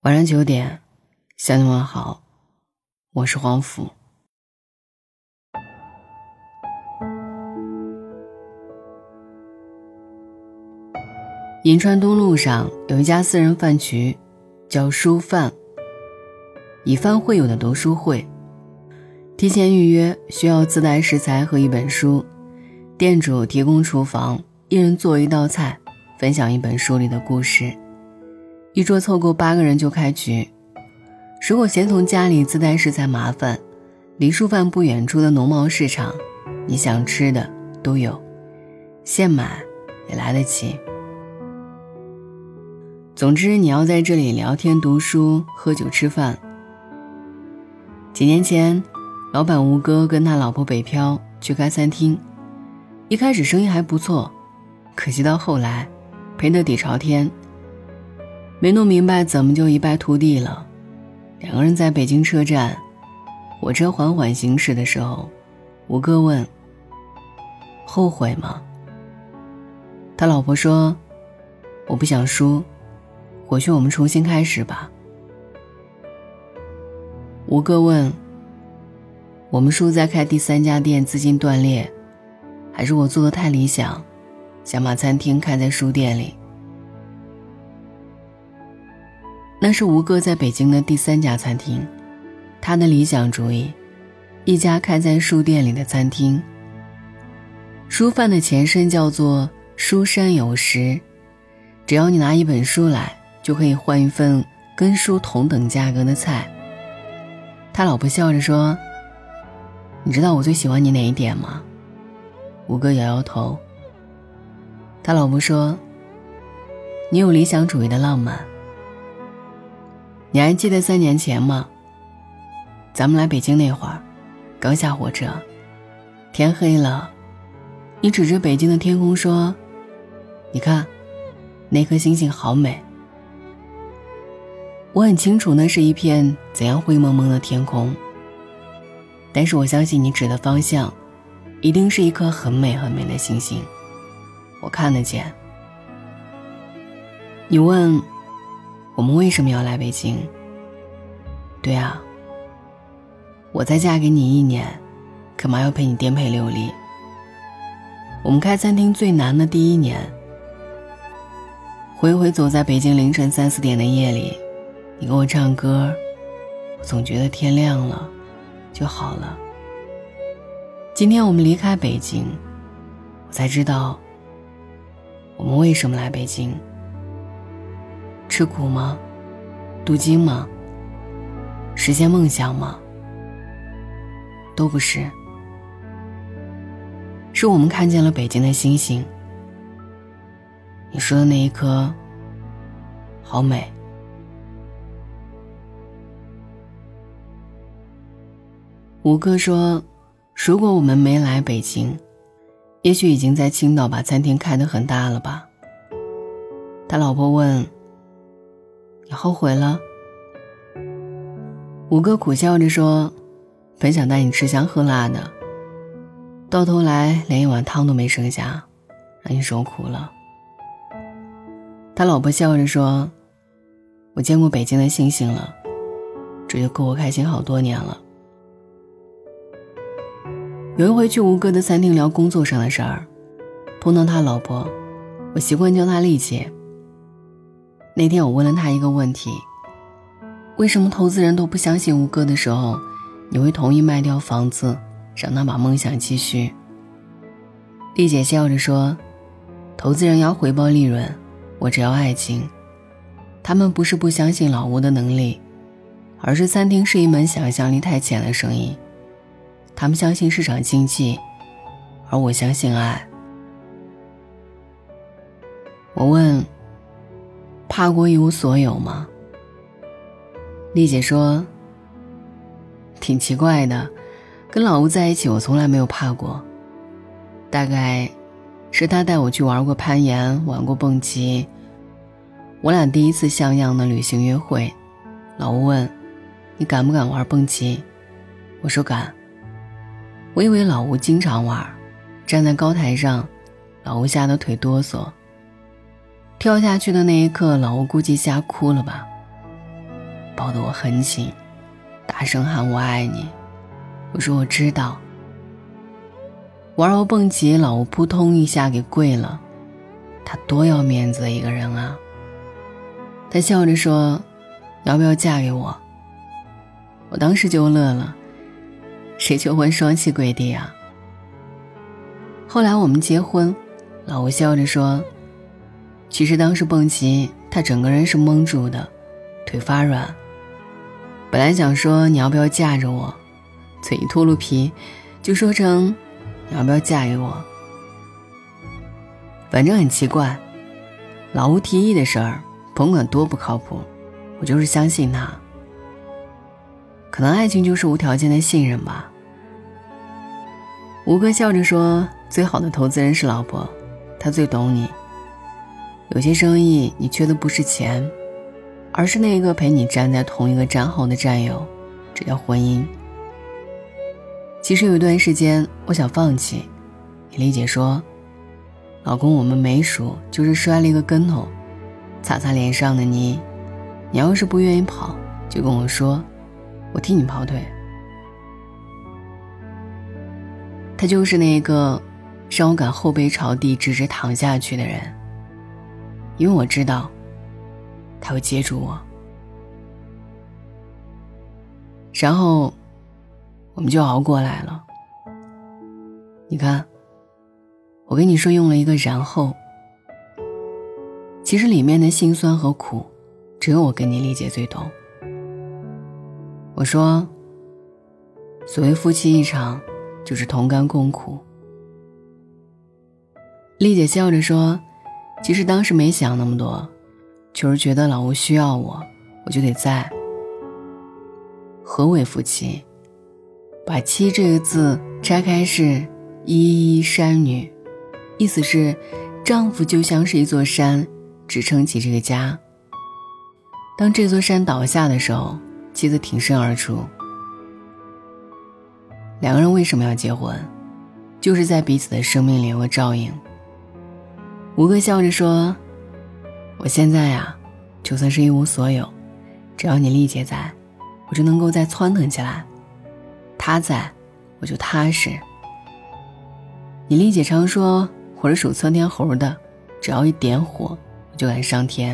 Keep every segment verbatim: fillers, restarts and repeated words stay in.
晚上九点，向你问好，我是黄甫。银川东路上有一家私人饭局，叫书饭，以饭会友的读书会。提前预约需要自带食材和一本书，店主提供厨房，一人做一道菜，分享一本书里的故事。一桌凑够八个人就开局。如果嫌从家里自带食材麻烦，离书饭不远处的农贸市场，你想吃的都有，现买也来得及。总之你要在这里聊天读书喝酒吃饭。几年前老板吴哥跟他老婆北漂去开餐厅，一开始生意还不错，可惜到后来赔得底朝天，没弄明白怎么就一败涂地了。两个人在北京车站，火车缓缓行驶的时候，吴哥问：后悔吗？他老婆说：我不想输，或许我们重新开始吧。吴哥问：我们输在开第三家店资金断裂，还是我做得太理想，想把餐厅开在书店里？那是吴哥在北京的第三家餐厅，他的理想主义，一家开在书店里的餐厅。书饭的前身叫做书山有食，只要你拿一本书来，就可以换一份跟书同等价格的菜。他老婆笑着说：你知道我最喜欢你哪一点吗？吴哥摇摇头。他老婆说：你有理想主义的浪漫。你还记得三年前吗？咱们来北京那会儿，刚下火车，天黑了，你指着北京的天空说：你看，那颗星星好美。我很清楚那是一片怎样灰蒙蒙的天空，但是我相信你指的方向一定是一颗很美很美的星星，我看得见。你问我们为什么要来北京？对啊，我再嫁给你一年，干嘛要陪你颠沛流离？我们开餐厅最难的第一年，回回走在北京凌晨三四点的夜里，你给我唱歌，我总觉得天亮了就好了。今天我们离开北京，我才知道我们为什么来北京。吃苦吗？镀金吗？实现梦想吗？都不是，是我们看见了北京的星星。你说的那一颗好美。吴哥说，如果我们没来北京，也许已经在青岛把餐厅开得很大了吧。他老婆问：你后悔了？吴哥苦笑着说：本想带你吃香喝辣的，到头来连一碗汤都没剩下，让你受苦了。他老婆笑着说：我见过北京的星星了，这就够我开心好多年了。有一回去吴哥的餐厅聊工作上的事儿，碰到他老婆，我习惯叫他丽姐。那天我问了他一个问题：为什么投资人都不相信吴哥的时候，你会同意卖掉房子，让他把梦想继续？丽姐笑着说：投资人要回报利润，我只要爱情。他们不是不相信老吴的能力，而是餐厅是一门想象力太浅的生意。他们相信市场经济，而我相信爱。我问：怕过一无所有吗？丽姐说：挺奇怪的，跟老吴在一起我从来没有怕过，大概是他带我去玩过攀岩，玩过蹦极。我俩第一次像样的旅行约会，老吴问：你敢不敢玩蹦极？我说敢。我以为老吴经常玩，站在高台上，老吴吓得腿哆嗦。跳下去的那一刻，老吴估计吓哭了吧。 抱得我很紧，大声喊我爱你。我说我知道。玩偶蹦极，老吴扑通一下给跪了，他多要面子的一个人啊。他笑着说，要不要嫁给我？我当时就乐了，谁求婚双膝跪地啊？后来我们结婚，老吴笑着说，其实当时蹦极他整个人是蒙住的，腿发软。本来想说你要不要嫁着我，嘴一秃噜皮就说成你要不要嫁给我。反正很奇怪，老吴提议的事儿甭管多不靠谱，我就是相信他。可能爱情就是无条件的信任吧。吴哥笑着说，最好的投资人是老婆，他最懂你。有些生意你缺的不是钱，而是那个陪你站在同一个战壕的战友，这叫婚姻。其实有一段时间我想放弃，你丽姐说，老公我们没输，就是摔了一个跟头，擦擦脸上的泥，你要是不愿意跑就跟我说，我替你跑腿。他就是那个让我敢后背朝地直直躺下去的人，因为我知道他会接住我。然后我们就熬过来了。你看，我跟你说用了一个然后，其实里面的辛酸和苦只有我跟你理解最懂。我说，所谓夫妻一场，就是同甘共苦。丽姐笑着说，其实当时没想那么多，就是觉得老吴需要我，我就得在。何为夫妻？把妻这个字拆开是一一山女，意思是丈夫就像是一座山，支撑起这个家。当这座山倒下的时候，妻子挺身而出。两个人为什么要结婚？就是在彼此的生命里有个照应。吴哥笑着说，我现在呀，就算是一无所有，只要你丽姐在，我就能够再蹿腾起来，她在我就踏实。你丽姐常说我是属窜天猴的，只要一点火我就敢上天。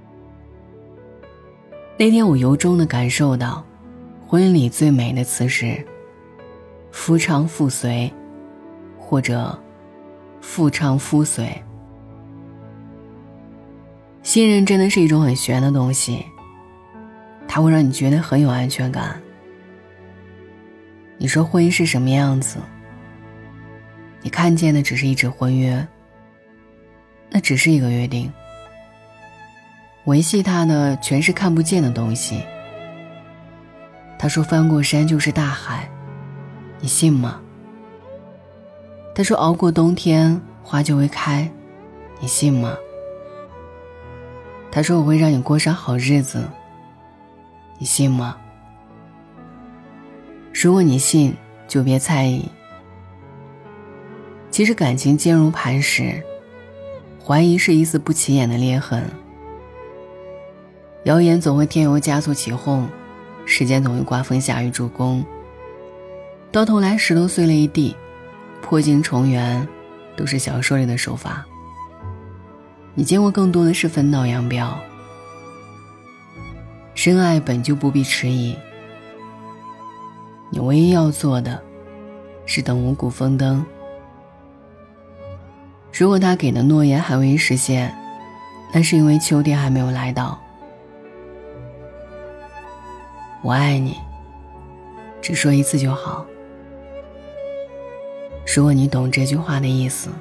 那天我由衷地感受到，婚姻里最美的词是夫唱妇随，或者妇唱夫随。信任真的是一种很玄的东西，它会让你觉得很有安全感。你说婚姻是什么样子？你看见的只是一纸婚约，那只是一个约定，维系它的全是看不见的东西。他说翻过山就是大海，你信吗？他说熬过冬天花就会开，你信吗？他说我会让你过上好日子，你信吗？如果你信，就别猜疑。其实感情坚如磐石，怀疑是一丝不起眼的裂痕。谣言总会添油加醋起哄，时间总会刮风下雨助攻，到头来石头碎了一地，破镜重圆，都是小说里的手法。你见过更多的是分道扬镳。深爱本就不必迟疑，你唯一要做的是等五谷丰登。如果他给的诺言还未实现，那是因为秋天还没有来到。我爱你，只说一次就好。如果你懂这句话的意思。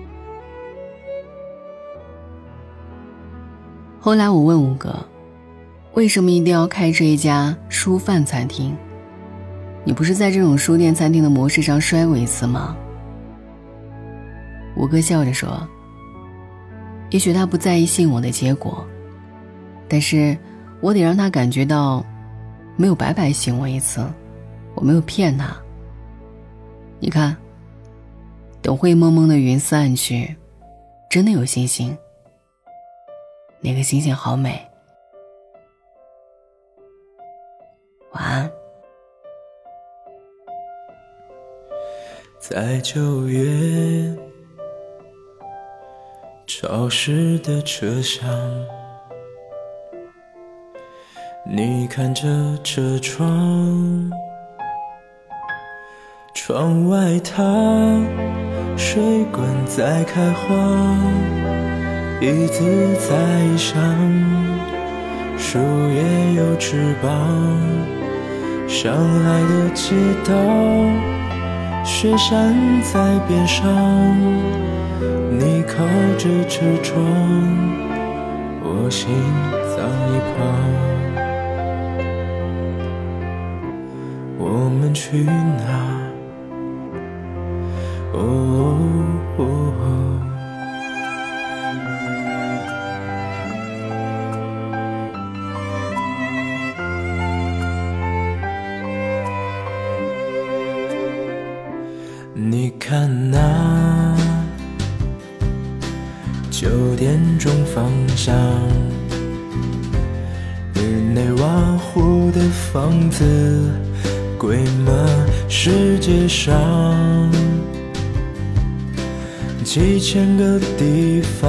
后来我问五哥，为什么一定要开这一家书饭餐厅？你不是在这种书店餐厅的模式上摔过一次吗？五哥笑着说，也许他不在意信我的结果，但是我得让他感觉到没有白白信我一次，我没有骗他。你看，等灰蒙蒙的云散去，真的有星星，那个星星好美。 晚安。 在九月潮湿的车厢，你看着车窗，窗外它水管在开花，椅子在响，树叶有翅膀，上海的街道，雪山在边上，你靠着车窗，我心脏一旁，我们去哪？哦哦哦你看那九点钟方向，日内瓦湖的房子贵吗？世界上几千个地方，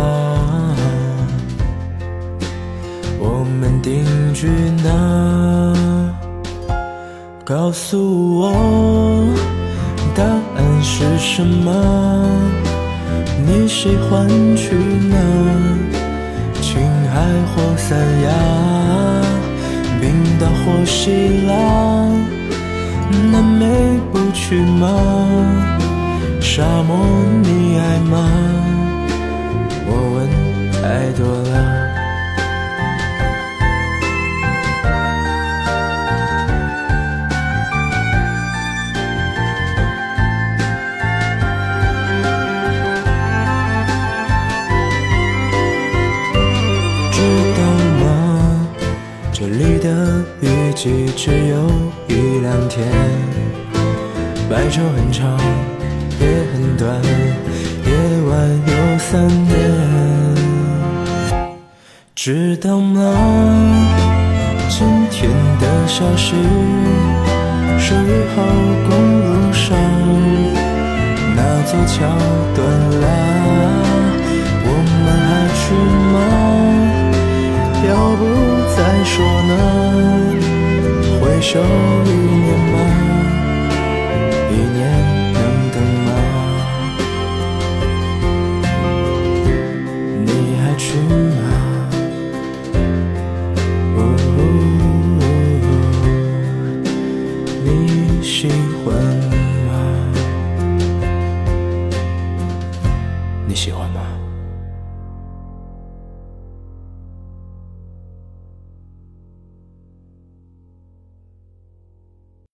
我们定居哪？告诉我答案是什么？你喜欢去哪？青海或三亚，冰岛或希腊，南美不去吗？沙漠你爱吗？我问太多了。这里的雨季只有一两天，白昼很长也很短，夜晚有三点。知道吗？今天的消息，十一号公路上那座桥断了，我们还去吗？要不再说呢？回首一年吗？一年能等吗？你还去吗？哦哦哦你喜欢吗？你喜欢吗？